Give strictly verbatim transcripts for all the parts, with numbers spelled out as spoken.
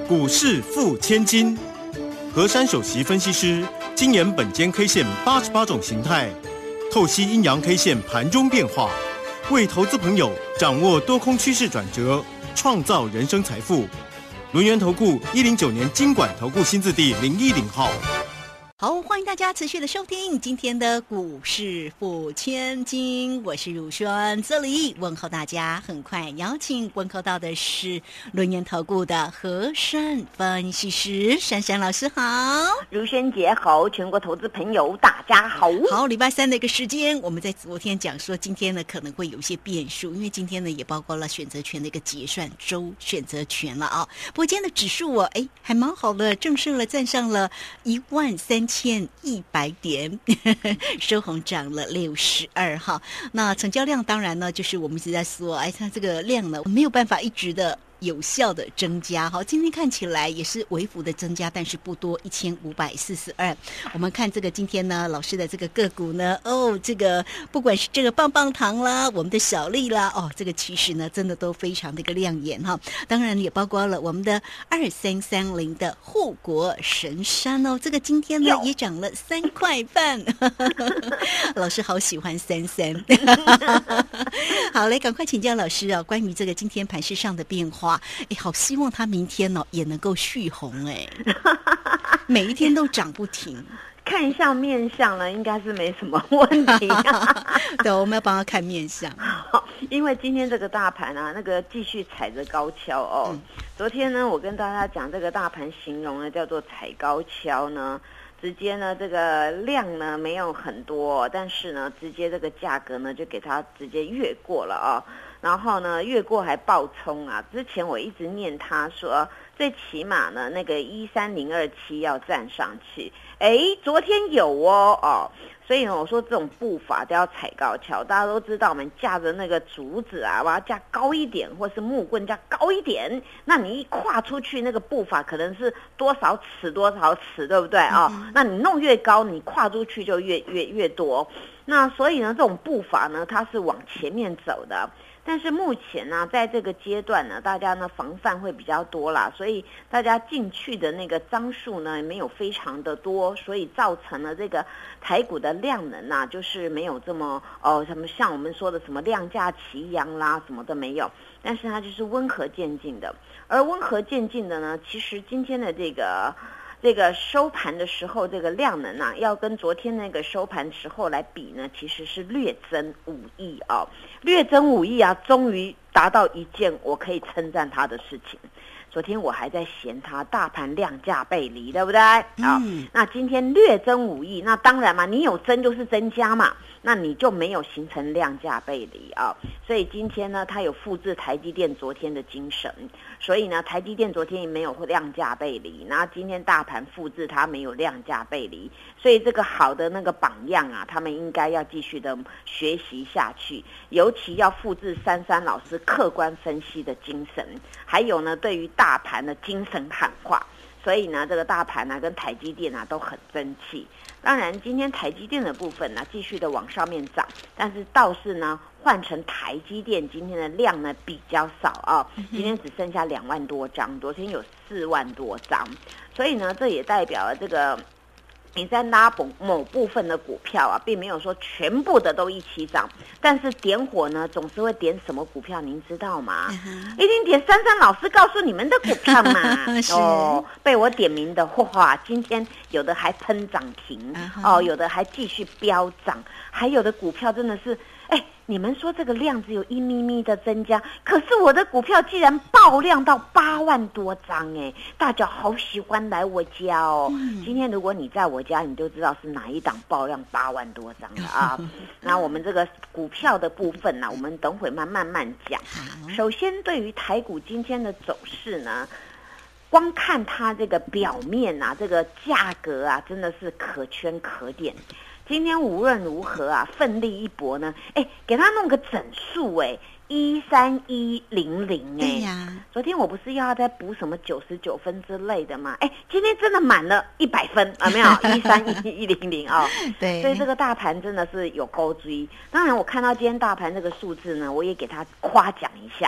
股市付千金，和山首席分析师精研本间 K 线八十八种形态，透析阴阳 K 线盘中变化，为投资朋友掌握多空趋势转折，创造人生财富。轮源投顾一零九年金管投顾新字第零一零号。 好，欢迎大家持续的收听今天的股市付千金，我是汝轩，这里问候大家。很快邀请问候到的是轮源投顾的和山分析师珊珊老师好。 汝轩姐好，全国投资朋友大家好。 好，礼拜三的一个时间，我们在昨天讲说今天呢可能会有一些变数，因为今天呢也包括了选择权的一个结算周选择权了啊。不过今天的指数哦，哎还蛮好的，正式了站上了一万三千一百点，收红涨了六十二哈。那成交量当然呢，就是我们一直在说，哎，它这个量呢没有办法一直的有效的增加哈，今天看起来也是微幅的增加，但是不多，一千五百四十二。我们看这个今天呢，老师的这个个股呢，哦，这个不管是这个棒棒糖啦，我们的小丽啦，哦，这个其实呢，真的都非常的一个亮眼哈。当然也包括了我们的二三三零的护国神山哦，这个今天呢也涨了三块半，老师好喜欢三三。好，来赶快请教老师啊，关于这个今天盘势上的变化。哎，好希望他明天哦也能够续红哎，每一天都涨不停。 看一下面相呢，应该是没什么问题、啊。 对，我们要帮他看面相。 因为今天这个大盘啊，那个继续踩着高跷哦。嗯、昨天呢，我跟大家讲这个大盘形容呢叫做踩高跷呢。直接呢，这个量呢没有很多，但是呢，直接这个价格呢就给它直接越过了啊、哦，然后呢越过还爆冲啊！之前我一直念他说，最起码呢那个一三零二七要站上去，哎，昨天有哦哦。所以呢，我说这种步伐都要踩高跷。大家都知道，我们架着那个竹子啊，把它架高一点，或是木棍架高一点，那你一跨出去，那个步伐可能是多少尺多少尺，对不对啊、哦嗯？那你弄越高，你跨出去就越越越多。那所以呢，这种步伐呢，它是往前面走的。但是目前呢，在这个阶段呢，大家呢防范会比较多啦，所以大家进去的那个张数呢没有非常的多，所以造成了这个台股的量能啊，就是没有这么哦什么像我们说的什么量价齐扬啦，什么都没有，但是它就是温和渐进的。而温和渐进的呢，其实今天的这个。这个收盘的时候，这个量能啊，要跟昨天那个收盘时候来比呢，其实是略增五亿啊，略增五亿啊，终于达到一件我可以称赞他的事情。昨天我还在嫌它大盘量价背离，对不对？啊、嗯，那今天略增五亿，那当然嘛，你有增就是增加嘛，那你就没有形成量价背离啊。所以今天呢，它有复制台积电昨天的精神，所以呢，台积电昨天也没有量价背离，然后今天大盘复制它没有量价背离，所以这个好的那个榜样啊，他们应该要继续的学习下去，尤其要复制珊珊老师客观分析的精神，还有呢，对于大盘的精神喊话，所以呢，这个大盘啊跟台积电啊都很争气。当然，今天台积电的部分呢继续的往上面涨，但是倒是呢换成台积电今天的量呢比较少啊，今天只剩下两万多张，昨天有四万多张，所以呢，这也代表了这个。你在拉某某部分的股票啊，并没有说全部的都一起涨，但是点火呢，总是会点什么股票，您知道吗？嗯、一定点珊珊老师告诉你们的股票嘛。哦，被我点名的，哇，今天有的还喷涨停，嗯、哦，有的还继续飙涨，还有的股票真的是，哎。你们说这个量只有一咪咪的增加，可是我的股票既然爆量到八万多张，哎，大家好喜欢来我家哦。嗯、今天如果你在我家，你就知道是哪一档爆量八万多张了啊。那我们这个股票的部分呢、啊，我们等会慢慢慢讲。首先，对于台股今天的走势呢，光看它这个表面啊，这个价格啊，真的是可圈可点。今天无论如何啊，奋力一搏呢，哎，给他弄个整数哎，一三一零零哎，对呀，昨天我不是要再补什么九十九分之类的吗？哎，今天真的满了一百分啊，没有一三一一零零啊，对，所以这个大盘真的是有勾追。当然，我看到今天大盘这个数字呢，我也给他夸奖一下。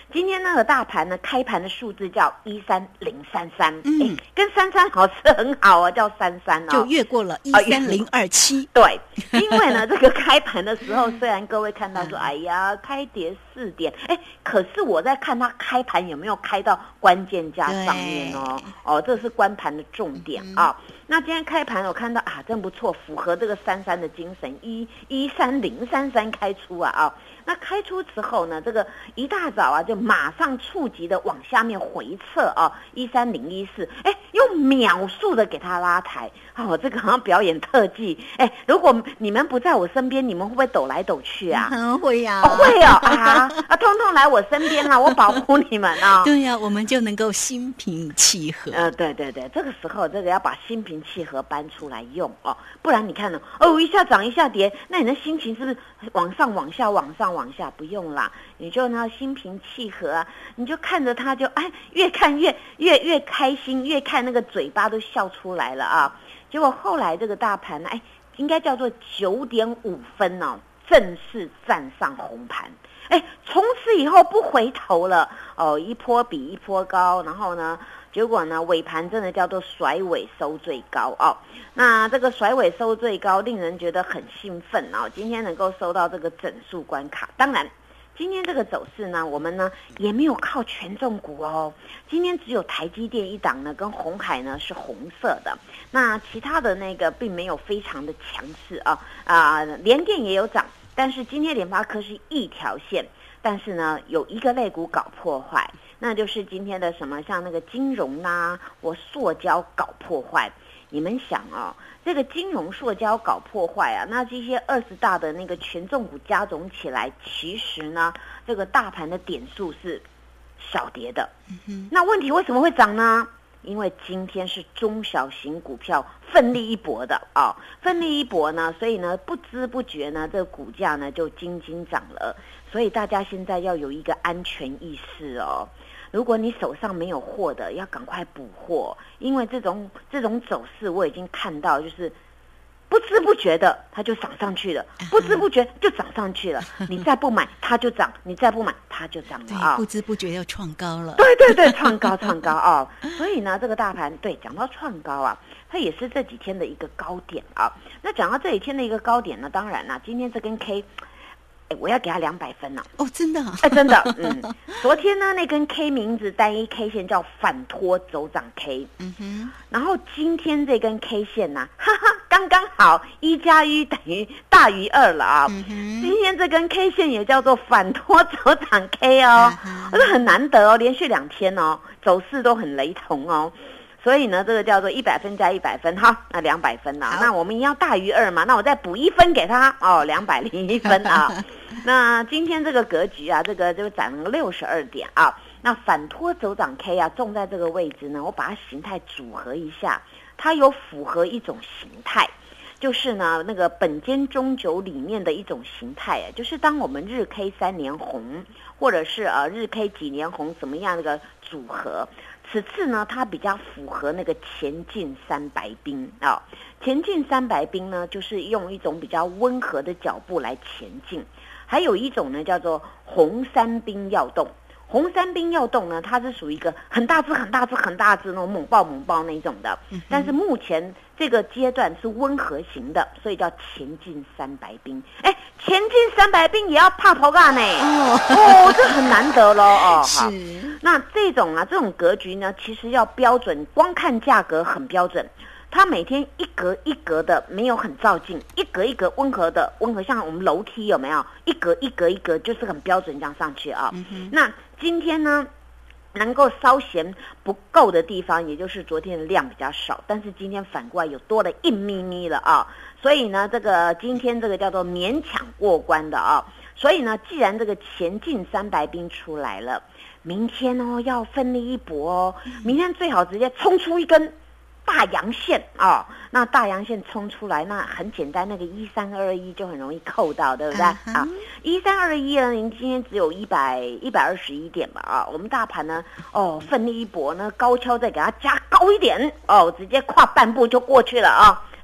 今天那个大盘呢，开盘的数字叫一三零三三， 嗯， 跟三三好是很好哦，叫三三哦， 就越过了一三零二七。 对，因为呢，这个开盘的时候，虽然各位看到说，哎呀，开跌四点，哎，可是我在看它开盘有没有开到关键价上面哦，哦，这是观盘的重点啊。嗯，那今天开盘我看到啊，真不错，符合这个三三的精神，一一三零三三开出啊啊。那开出之后呢，这个一大早啊，就马上触及的往下面回撤啊，一三零一四，哎，又秒速的给它拉抬，哦，这个好像表演特技，哎，如果你们不在我身边，你们会不会抖来抖去啊？ 嗯，会呀、 啊哦，会哦啊啊，通通来我身边啊，我保护你们啊。 对呀、啊，我们就能够心平气和。 呃，对对对，这个时候这个要把心平气和搬出来用哦，不然你看呢，哦，一下涨一下跌，那你的心情是不是往上往下往上往下？不用啦，你就呢心平气和啊，你就看着它就哎，越看越越越开心，越看那个嘴巴都笑出来了啊。结果后来这个大盘哎，应该叫做九点五分哦，正式站上红盘。哎，从此以后不回头了哦，一波比一波高，然后呢，结果呢尾盘真的叫做甩尾收最高哦。那这个甩尾收最高，令人觉得很兴奋哦。今天能够收到这个整数关卡，当然，今天这个走势呢，我们呢也没有靠权重股哦。今天只有台积电一档呢，跟鸿海呢是红色的，那其他的那个并没有非常的强势啊啊、呃，联电也有涨。但是今天联发科是一条线，但是呢有一个类股搞破坏，那就是今天的什么像那个金融啦、或塑胶搞破坏。你们想哦，这个金融塑胶搞破坏啊，那这些二十大的那个权重股加总起来，其实呢这个大盘的点数是小跌的。嗯、那问题为什么会涨呢？因为今天是中小型股票奋力一搏的啊、哦，奋力一搏呢，所以呢不知不觉呢，这个股价呢就斤斤涨了。所以大家现在要有一个安全意识哦。如果你手上没有货的，要赶快补货，因为这种这种走势我已经看到，就是不知不觉的它就涨上去了，不知不觉就涨上去了。你再不买它就涨，你再不买它就涨了啊、哦！ 不知不觉又创高了。 对对对，创高创高啊、哦！所以呢，这个大盘对讲到创高啊，它也是这几天的一个高点啊。那讲到这几天的一个高点呢，当然啦，今天这根 K。我要给他两百分了哦，真的、啊？ 哎，真的，嗯，昨天呢那根 K 名字单一 K 线叫反拖走涨 K， 嗯哼，然后今天这根 K 线呢、啊，哈哈，刚刚好一加一等于大于二了啊，嗯哼，今天这根 K 线也叫做反拖走涨 K 哦，这、嗯、很难得哦，连续两天哦，走势都很雷同哦。所以呢，这个叫做一百分加一百分，哈，那两百分啦。那我们要大于二嘛，那我再补一分给他哦，两百零一分啊。那今天这个格局啊，这个就涨了六十二点啊。那反拖走涨 K 啊，种在这个位置呢，我把它形态组合一下，它有符合一种形态。就是呢，那个本间中九里面的一种形态啊，就是当我们日 K 三连红，或者是呃日 K 几连红，什么样的一个组合？此次呢，它比较符合那个前进三白兵啊、哦。前进三白兵呢，就是用一种比较温和的脚步来前进；还有一种呢，叫做红三兵要动。红三兵要动呢，它是属于一个很大只、很大只、很大只那种猛爆、猛爆那种的。但是目前这个阶段是温和型的，所以叫前进三白兵。哎，前进三白兵也要怕头干呢？哦，哦，这很难得咯哦。好，那这种啊，这种格局呢，其实要标准，光看价格很标准。它每天一格一格的，没有很照进，一格一格温和的，温和像我们楼梯有没有？一格一格一格就是很标准这样上去啊。嗯、那今天呢，能够稍嫌不够的地方，也就是昨天的量比较少，但是今天反过来有多了一咪咪了啊。所以呢，这个今天这个叫做勉强过关的啊。所以呢，既然这个前进三白兵出来了，明天哦要奋力一搏哦，明天最好直接冲出一根大阳线啊、哦，那大阳线冲出来，那很简单，那个一三二一就很容易扣到，对不对、uh-huh. 啊？一三二一呢，您今天只有一百一百二十一点吧啊，我们大盘呢，哦，奋力一搏呢，高跷再给它加高一点哦，直接跨半步就过去了啊。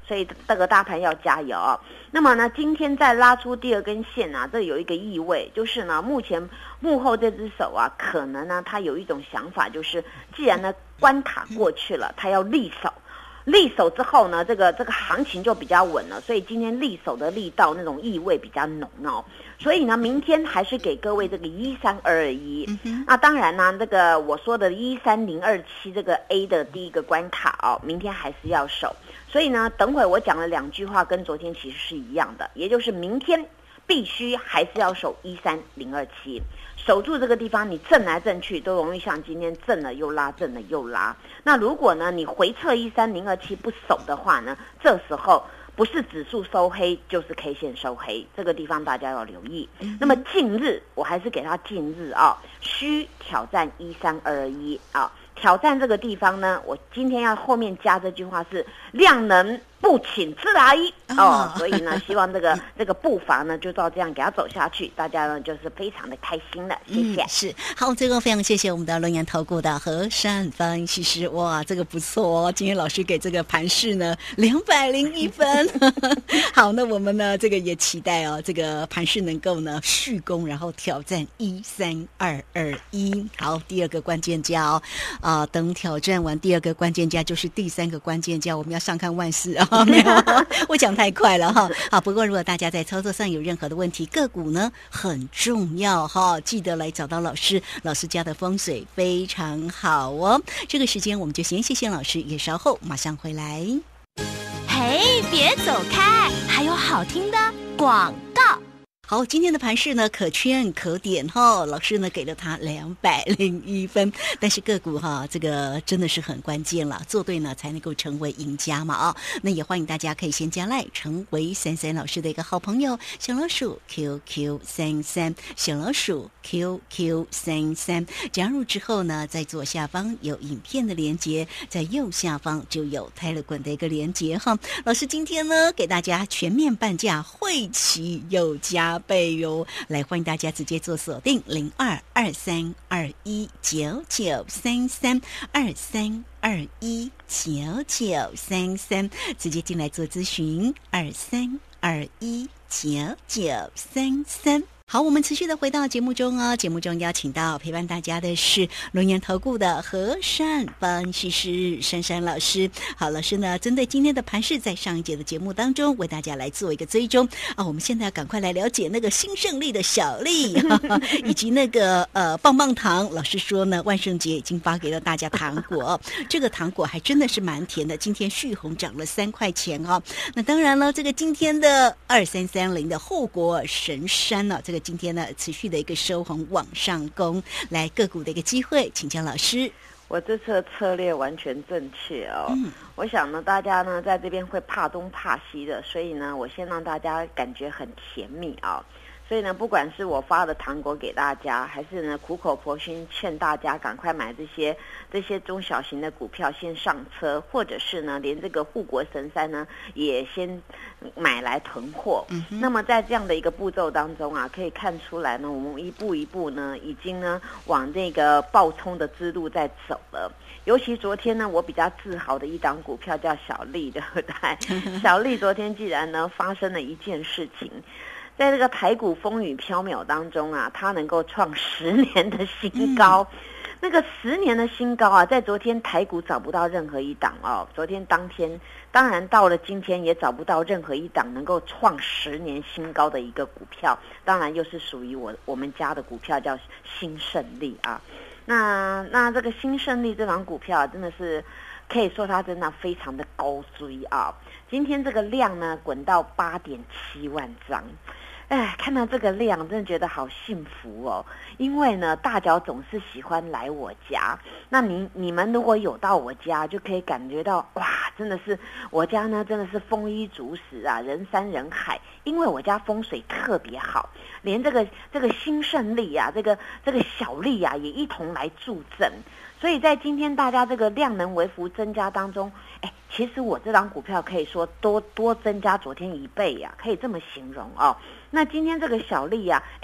所以这个大盘要加油哦。那么呢，今天再拉出第二根线啊，这有一个意味，就是呢，目前幕后这只手啊，可能呢，他有一种想法，就是既然呢关卡过去了，他要立手。立手之后呢，这个这个行情就比较稳了，所以今天立手的力道那种意味比较浓哦。所以呢，明天还是给各位这个一三二二一。那当然呢，这个我说的一三零二七这个 A 的第一个关卡哦，明天还是要守。所以呢，等会我讲了两句话，跟昨天其实是一样的，也就是明天必须还是要守一三零二七。守住这个地方，你震来震去都容易像今天震了又拉，震了又拉。那如果呢，你回撤一三零二七不守的话呢，这时候不是指数收黑，就是 K 线收黑，这个地方大家要留意。那么近日，我还是给它近日啊，需挑战一三二二一啊，挑战这个地方呢，我今天要后面加这句话是量能不请自来哦，所以呢，希望这个这个步伐呢，就照这样给它走下去，大家呢就是非常的开心了，谢谢。 嗯、是好，最后非常谢谢我们的龙岩投顾的和善分析师，哇，这个不错哦，今天老师给这个盘势呢两百零一分，好，那我们呢这个也期待哦，这个盘势能够呢续攻，然后挑战一三二二一。好，第二个关键价哦，啊、呃，等挑战完第二个关键价就是第三个关键价，我们要上看万事啊。没有，我讲太快了哈。好，不过如果大家在操作上有任何的问题，个股呢很重要哈，记得来找到老师，老师家的风水非常好哦。这个时间我们就先谢谢老师，也稍后马上回来。 嘿，别走开，还有好听的广告。 好，今天的盘势呢可圈可点哈，老师呢给了他两百零一分，但是个股哈这个真的是很关键了，做对呢才能够成为赢家嘛啊、哦！那也欢迎大家可以先加赖成为三三老师的一个好朋友，小老鼠 Q Q 三三，小老鼠 Q Q 三三，加入之后呢，在左下方有影片的连结，在右下方就有Telegram的一个连结哈。老师今天呢给大家全面半价，会期有加倍哟，来欢迎大家直接做锁定零二二三二一九九三三二三二一九九三三，直接进来做咨询二三二一九九三三。好，我们持续的回到节目中哦。节目中邀请到陪伴大家的是龙岩投顾的和善分析师珊珊老师。好，老师呢针对今天的盘势，在上一节的节目当中为大家来做一个追踪啊。我们现在要赶快来了解那个新胜利的小丽，以及那个呃棒棒糖。老师说呢，万圣节已经发给了大家糖果，这个糖果还真的是蛮甜的。今天旭红涨了三块钱哦。那当然了，这个今天的二三三零的护国神山呢、啊，这个。今天呢，持续的一个收红往上攻，来个股的一个机会，请教老师。 我这次的策略完全正确哦。嗯，我想呢，大家呢在这边会怕东怕西的，所以呢，我先让大家感觉很甜蜜啊、哦。所以呢，不管是我发的糖果给大家，还是呢苦口婆心劝大家赶快买这些这些中小型的股票先上车，或者是呢连这个护国神山呢也先买来囤货。嗯，那么在这样的一个步骤当中啊，可以看出来呢，我们一步一步呢已经呢往这个爆冲的之路在走了。尤其昨天呢，我比较自豪的一档股票叫小丽，对不对？小丽昨天既然呢发生了一件事情。在这个台股风雨飘渺当中啊，它能够创十年的新高，嗯、那个十年的新高啊，在昨天台股找不到任何一档哦。昨天当天，当然到了今天也找不到任何一档能够创十年新高的一个股票，当然又是属于我我们家的股票，叫新胜利啊。那那这个新胜利这档股票、啊、真的是可以说它真的非常的高追啊。今天这个量呢，滚到八点七万张。哎，看到这个量，真的觉得好幸福哦！因为呢，大脚总是喜欢来我家。那你你们如果有到我家，就可以感觉到哇，真的是我家呢，真的是丰衣足食啊，人山人海。因为我家风水特别好，连这个这个新胜利啊，这个这个小丽啊，也一同来助阵。所以在今天大家这个量能微幅增加当中，哎，其实我这档股票可以说多多增加昨天一倍呀、啊，可以这么形容哦。那今天这个小丽啊，哎，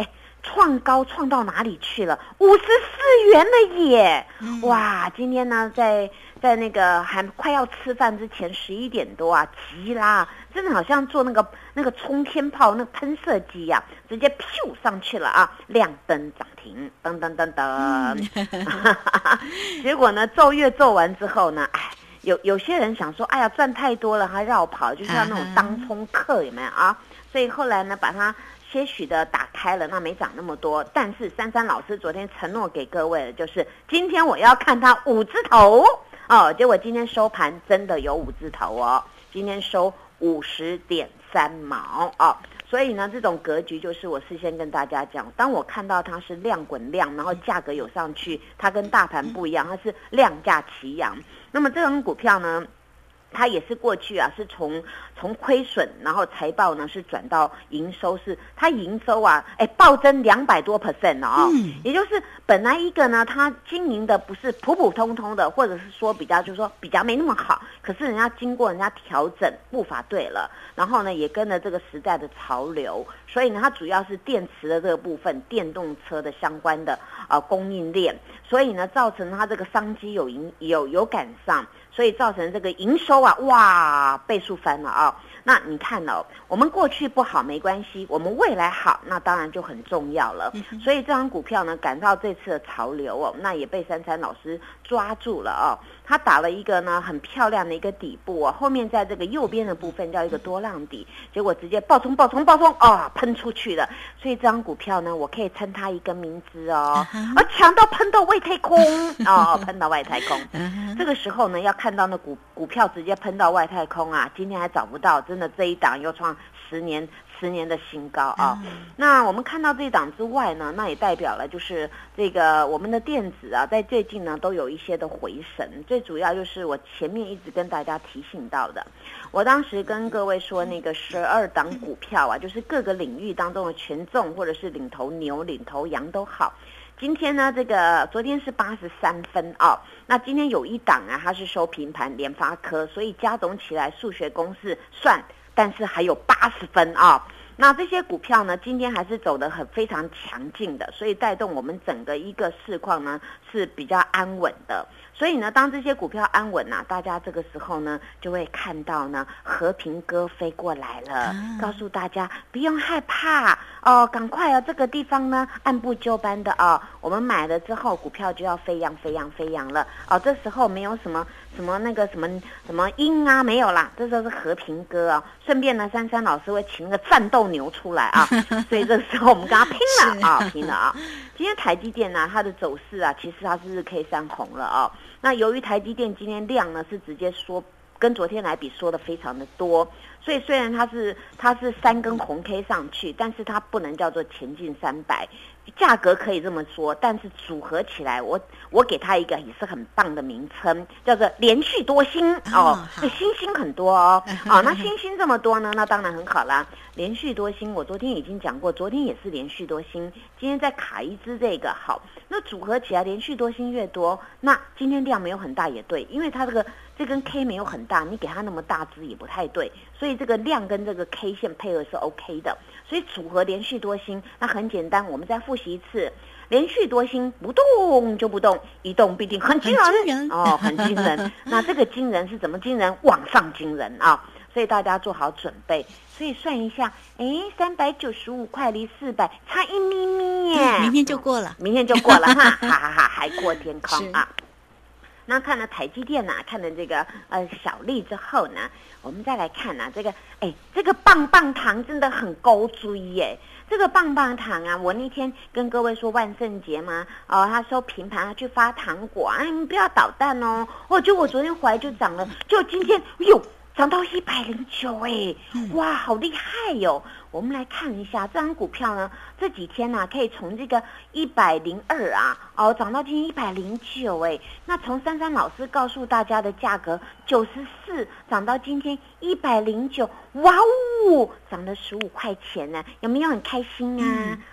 创高创到哪里去了？五十四元了耶！ 嗯、 哇，今天呢，在在那个还快要吃饭之前，十一点多啊，急啦，真的好像做那个那个冲天炮那个喷射机呀、啊，直接咻上去了啊，亮灯涨停，噔噔噔噔。嗯、结果呢，奏乐奏完之后呢，哎。有有些人想说，哎呀，赚太多了，还绕跑，就像那种当冲客，有没有啊？所以后来呢，把它些许的打开了，那没涨那么多。但是珊珊老师昨天承诺给各位的就是，今天我要看它五字头哦。结果今天收盘真的有五字头哦，今天收五十点三毛哦。所以呢，这种格局就是我事先跟大家讲，当我看到它是量滚量，然后价格有上去，它跟大盘不一样，它是量价齐扬。那么这种股票呢，它也是过去啊，是从从亏损，然后财报呢是转到营收，是它营收啊，哎暴增两百多 percent 哦，嗯、也就是本来一个呢，它经营的不是普普通通的，或者是说比较就是说比较没那么好，可是人家经过人家调整，步伐对了，然后呢也跟着这个时代的潮流，所以呢它主要是电池的这个部分，电动车的相关的啊、呃、供应链，所以呢造成它这个商机有营有有赶上。所以造成这个营收啊，哇，倍数翻了啊！那你看哦，我们过去不好没关系，我们未来好，那当然就很重要了。嗯、所以这张股票呢，赶到这次的潮流哦，那也被珊珊老师抓住了哦。他打了一个呢很漂亮的一个底部哦，后面在这个右边的部分叫一个多浪底，结果直接爆冲爆冲爆冲哦，喷出去了。所以这张股票呢，我可以称它一个名字哦，而强到喷到外太空哦，喷到外太空。这个时候呢，要看到那股股票直接喷到外太空啊，今天还找不到，真的这一档又创十年十年的新高啊！嗯、那我们看到这一档之外呢，那也代表了就是这个我们的电子啊，在最近呢都有一些的回神。最主要就是我前面一直跟大家提醒到的，我当时跟各位说那个十二档股票啊，就是各个领域当中的权重或者是领头牛、领头羊都好。今天呢，这个昨天是八十三分啊、哦，那今天有一档啊，它是收平盘，联发科，所以加总起来数学公式算，但是还有八十分啊、哦。那这些股票呢，今天还是走得很非常强劲的，所以带动我们整个一个市况呢是比较安稳的。所以呢，当这些股票安稳啊，大家这个时候呢就会看到呢，和平鸽飞过来了，啊、告诉大家不用害怕哦，赶快哦，这个地方呢按部就班的哦，我们买了之后股票就要飞扬飞扬飞扬了哦，这时候没有什么什么那个什么什么鹰啊没有啦，这时候是和平鸽啊、哦。顺便呢，珊珊老师会请那个战斗牛出来啊，所以这时候我们跟他拼了啊，拼了啊！今天台积电呢、啊，它的走势啊，其实它是日 K 三红了啊。那由于台积电今天量呢是直接缩，跟昨天来比缩的非常的多，所以虽然它是它是三根红 K 上去，但是它不能叫做前进三百。价格可以这么说，但是组合起来，我我给它一个也是很棒的名称，叫做连续多星哦，这星星很多哦，哦，那星星这么多呢，那当然很好啦。连续多星，我昨天已经讲过，昨天也是连续多星，今天再卡一支这个好，那组合起来连续多星越多，那今天量没有很大也对，因为它这个这根 K 没有很大，你给它那么大支也不太对，所以这个量跟这个 K 线配合是 OK 的，所以组合连续多星，那很简单，我们再复习一次，连续多星不动就不动，一动必定很惊人, 很惊人哦，很惊人。那这个惊人是怎么惊人？往上惊人啊！所以大家做好准备。所以算一下，哎，三百九十五块离四百差一咪咪耶， 明天就过了， 明天就过了哈，哈哈哈，海阔天空啊！那看了台积电呐、啊，看了这个呃小力之后呢，我们再来看呐、啊，这个哎，这个棒棒糖真的很高追耶。这个棒棒糖啊，我那天跟各位说万圣节嘛，哦，他收平盘，他去发糖果，哎，你不要捣蛋哦。哦，就我昨天回来就涨了，就今天，哎呦，涨到一百零九哎，哇，好厉害哟、哦！我们来看一下这张股票呢，这几天呢、啊，可以从这个一百零二啊，哦，涨到今天一百零九哎，那从珊珊老师告诉大家的价格九十四，涨到今天一百零九，哇哦，涨了十五块钱呢，有没有很开心啊？嗯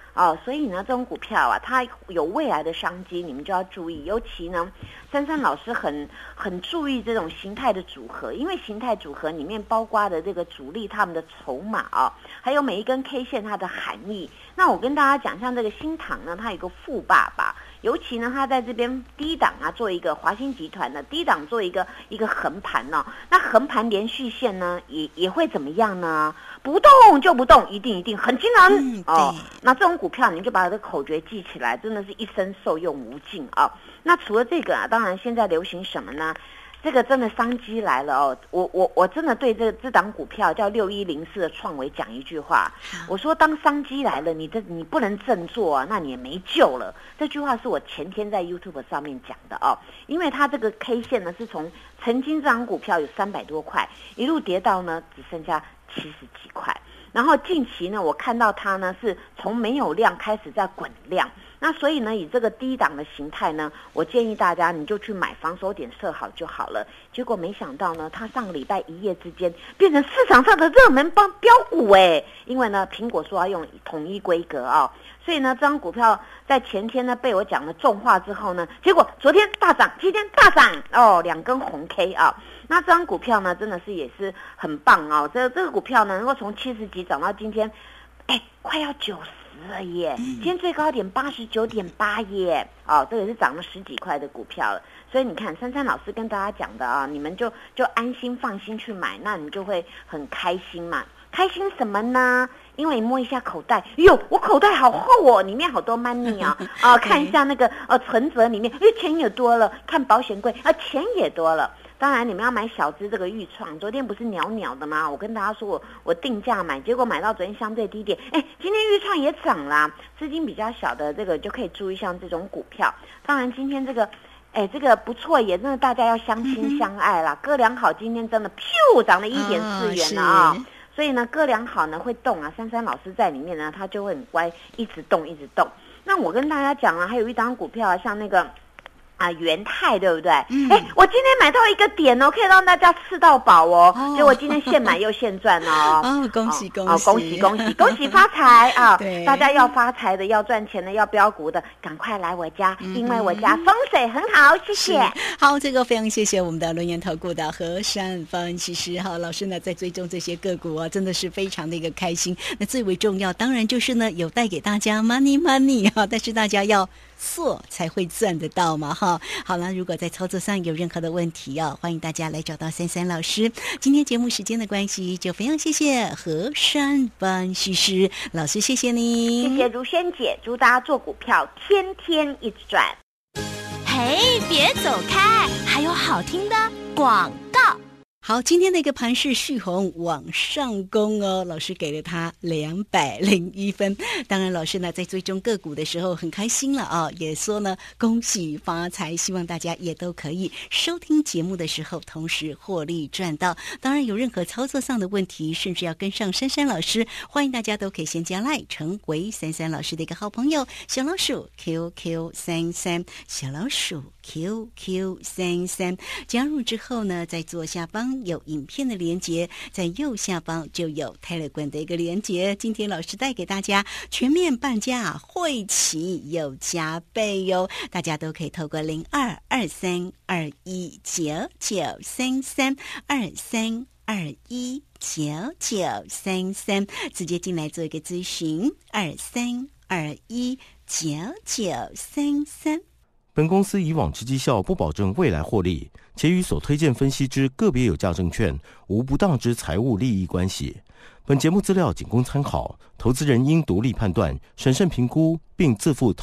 哦，所以呢，这种股票啊，它有未来的商机，你们就要注意。尤其呢，珊珊老师很很注意这种形态的组合，因为形态组合里面包括的这个主力他们的筹码啊，还有每一根 K 线它的含义。那我跟大家讲，像这个新唐呢，它有一个富爸爸。尤其呢，它在这边低档啊，做一个华兴集团的低档做一个一个横盘呢、哦，那横盘连续线呢，也也会怎么样呢？不动就不动，一定一定很惊人、嗯、哦。那这种股票，你就把它的口诀记起来，真的是一生受用无尽啊、哦。那除了这个啊，当然现在流行什么呢？这个真的商机来了哦！我我我真的对这这档股票叫六一零四的创维讲一句话，我说当商机来了，你这你不能振作啊，那你也没救了。这句话是我前天在 YouTube 上面讲的哦，因为它这个 K 线呢是从曾经这档股票有三百多块，一路跌到呢只剩下七十几块，然后近期呢我看到它呢是从没有量开始在滚量。那所以呢，以这个低档的形态呢，我建议大家你就去买，防守点设好就好了。结果没想到呢，它上个礼拜一夜之间变成市场上的热门帮标股哎，因为呢，苹果说要用统一规格啊、哦，所以呢，这张股票在前天呢被我讲了重话之后呢，结果昨天大涨，今天大涨哦，两根红 K 啊。那这张股票呢，真的是也是很棒哦。这这个股票呢，能够从七十几涨到今天，哎，快要九十。了耶，今天最高点八十九点八耶，哦，这也是涨了十几块的股票了。所以你看，珊珊老师跟大家讲的啊，你们就就安心放心去买，那你就会很开心嘛。开心什么呢？因为你摸一下口袋，哟，我口袋好厚哦，里面好多 money 啊、哦，啊，看一下那个呃存折里面，哎，钱也多了，看保险柜啊，钱也多了。当然，你们要买小资这个预创，昨天不是袅袅的吗？我跟大家说我我定价买，结果买到昨天相对低点，哎，今天预创也涨啦。资金比较小的这个就可以注意像这种股票。当然，今天这个，哎，这个不错，也真的大家要相亲相爱啦。哥俩好，今天真的噗涨了一点四元了啊、哦！所以呢，哥俩好呢会动啊，珊珊老师在里面呢，他就会很乖，一直动一直动。那我跟大家讲啊，还有一档股票啊，像那个。啊，元泰对不对？哎、嗯，我今天买到一个点哦，可以让大家吃到饱哦。哦结果今天现买又现赚哦。 哦，恭喜恭喜！ 哦，恭喜恭喜恭喜发财啊！对，大家要发财的、要赚钱的、要标股的，赶快来我家，嗯、因为我家风水很好。谢谢。 好，这个非常谢谢我们的轮研投顾的和珊分析师哈老师呢，在追踪这些个股啊，真的是非常的一个开心。那最为重要，当然就是呢，有带给大家 money money 哈，但是大家要做才会赚得到嘛哈。好了，如果在操作上有任何的问题哦，欢迎大家来找到珊珊老师。今天节目时间的关系，就非常谢谢和珊分析师老师，谢谢你， 谢谢如萱姐，祝大家做股票天天一直赚。 嘿，别走开，还有好听的广告。 好，今天的一个盘势续红往上攻哦，老师给了他两百零一分。当然，老师呢在追踪个股的时候很开心了啊、哦，也说呢恭喜发财，希望大家也都可以收听节目的时候同时获利赚到。当然，有任何操作上的问题，甚至要跟上珊珊老师，欢迎大家都可以先加赖成为珊珊老师的一个好朋友，小老鼠 Q Q 三三，小老鼠 Q Q 三三，加入之后呢，在左下方有影片的连结，在右下方就有 Telegram 的一个连结。今天老师带给大家全面半价，会期有加倍哟，大家都可以透过零二二三二一九九三三二三二一九九三三直接进来做一个咨询，二三二一九九三三。 本公司以往之绩效不保证未来获利，且与所推荐分析之个别有价证券无不当之财务利益关系。本节目资料仅供参考，投资人应独立判断、审慎评估，并自负